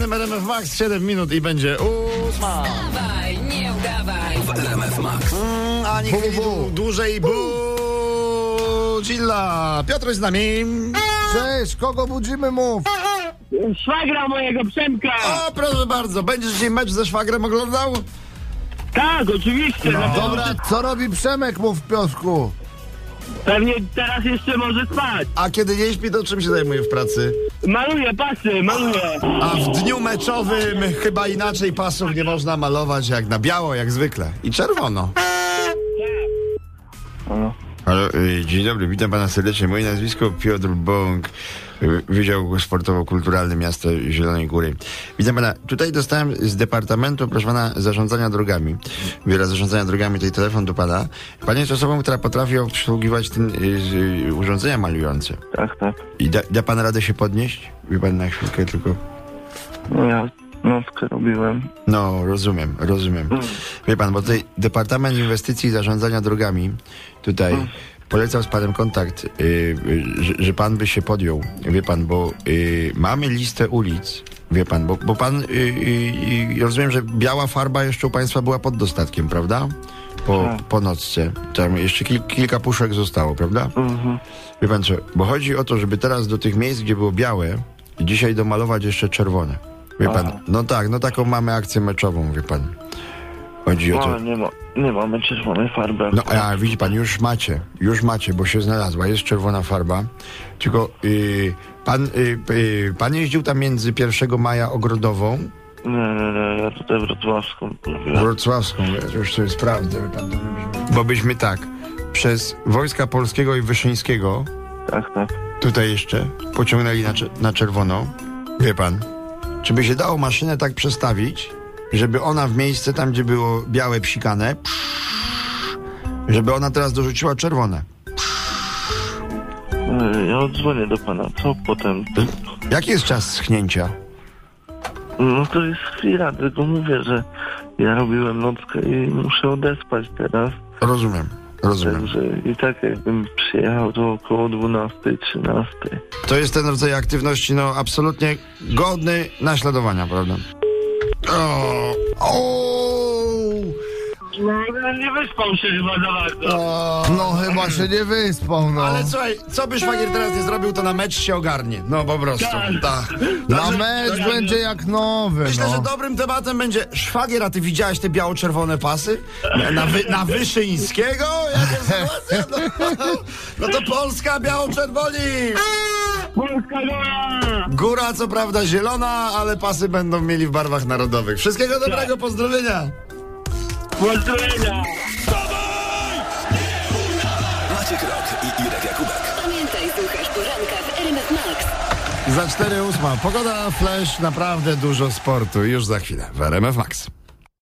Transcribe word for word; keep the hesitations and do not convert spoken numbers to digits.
Razem R M F Max, siedem minut i będzie ósma. Wstawaj, nie udawaj. W R M F Max. Mm, ani chwili dłu- dłużej budzilla. Piotr jest z nami. Cześć, kogo budzimy, mów? Szwagra mojego Przemka! O, proszę bardzo, będziesz dzisiaj mecz ze szwagrem oglądał? Tak, oczywiście. No. Dobra, co robi Przemek, mów, Piotrku? Pewnie teraz jeszcze może spać. A kiedy nie śpi, to czym się zajmuje w pracy? Maluję pasy, maluję. A w dniu meczowym chyba inaczej pasów nie można malować jak na biało, jak zwykle. I czerwono. Halo, y, dzień dobry, witam pana serdecznie. Moje nazwisko Piotr Bąk, y, Wydział Sportowo-Kulturalny Miasta Zielonej Góry. Witam pana, tutaj dostałem z Departamentu, proszę pana, zarządzania drogami. Biura Zarządzania Drogami, tutaj telefon do pana. Pan jest osobą, która potrafi obsługiwać ten, y, y, urządzenia malujące. Tak, tak. I da, da pan radę się podnieść? Wie pan na chwilkę tylko... No ja nockę robiłem. No, rozumiem, rozumiem. Wie pan, bo tutaj Departament Inwestycji i Zarządzania Drogami tutaj polecał z panem kontakt, yy, yy, że, że pan by się podjął, wie pan, bo yy, mamy listę ulic, wie pan, bo, bo pan, yy, yy, rozumiem, że biała farba jeszcze u państwa była pod dostatkiem, prawda? Po, Tak. po nocce. Tam jeszcze kil, kilka puszek zostało, prawda? Mhm. Wie pan co, bo chodzi o to, żeby teraz do tych miejsc, gdzie było białe, dzisiaj domalować jeszcze czerwone. Wie pan, Aha. no tak, no taką mamy akcję meczową, wie pan. Chodzi o No to. ale nie ma, nie mamy czerwonej farby. No a widzi pan, już macie, już macie, bo się znalazła, jest czerwona farba. Tylko yy, pan, yy, yy, pan jeździł tam między pierwszego maja Ogrodową, Nie, nie, nie, ja tutaj wrocławską robiłem. Wrocławską, ja już sobie sprawdzę, wie pan, to byśmy... Bo byśmy tak, przez Wojska Polskiego i Wyszyńskiego, Tak, tak. tutaj jeszcze, pociągnęli na, cze- na czerwono, wie pan, czy by się dało maszynę tak przestawić, żeby ona w miejsce tam, gdzie było białe psikane, żeby ona teraz dorzuciła czerwone. E, Ja odzwonię do pana. Co potem? Jaki jest czas schnięcia? No to jest chwila, tylko mówię, że ja robiłem nockę i muszę odespać teraz. Rozumiem, rozumiem. Także i tak jakbym przyjechał to około dwunastej, trzynastej. To jest ten rodzaj aktywności, no absolutnie godny naśladowania, prawda? O, o, No, nie wyspał się chyba za bardzo. o. No chyba się nie wyspał, no. Ale słuchaj, co by szwagier teraz nie zrobił, to na mecz się ogarnie. No po prostu, tak. Na Dobrze, mecz będzie jak nowy, Myślę, że no. dobrym tematem będzie szwagier, a ty widziałeś te biało-czerwone pasy? Na, wy, na Wyszyńskiego? Jaka sytuacja? No, no to Polska biało-czerwoni! Polska góra! Góra co prawda zielona, ale pasy będą mieli w barwach narodowych. Wszystkiego dobrego, pozdrowienia! Pozdrowienia! Maciek Rok i Irek Jakubek. Pamiętaj, słuchasz poranka w R M F Max. Za cztery ósma. Pogoda, flash, naprawdę dużo sportu. Już za chwilę w R M F Max.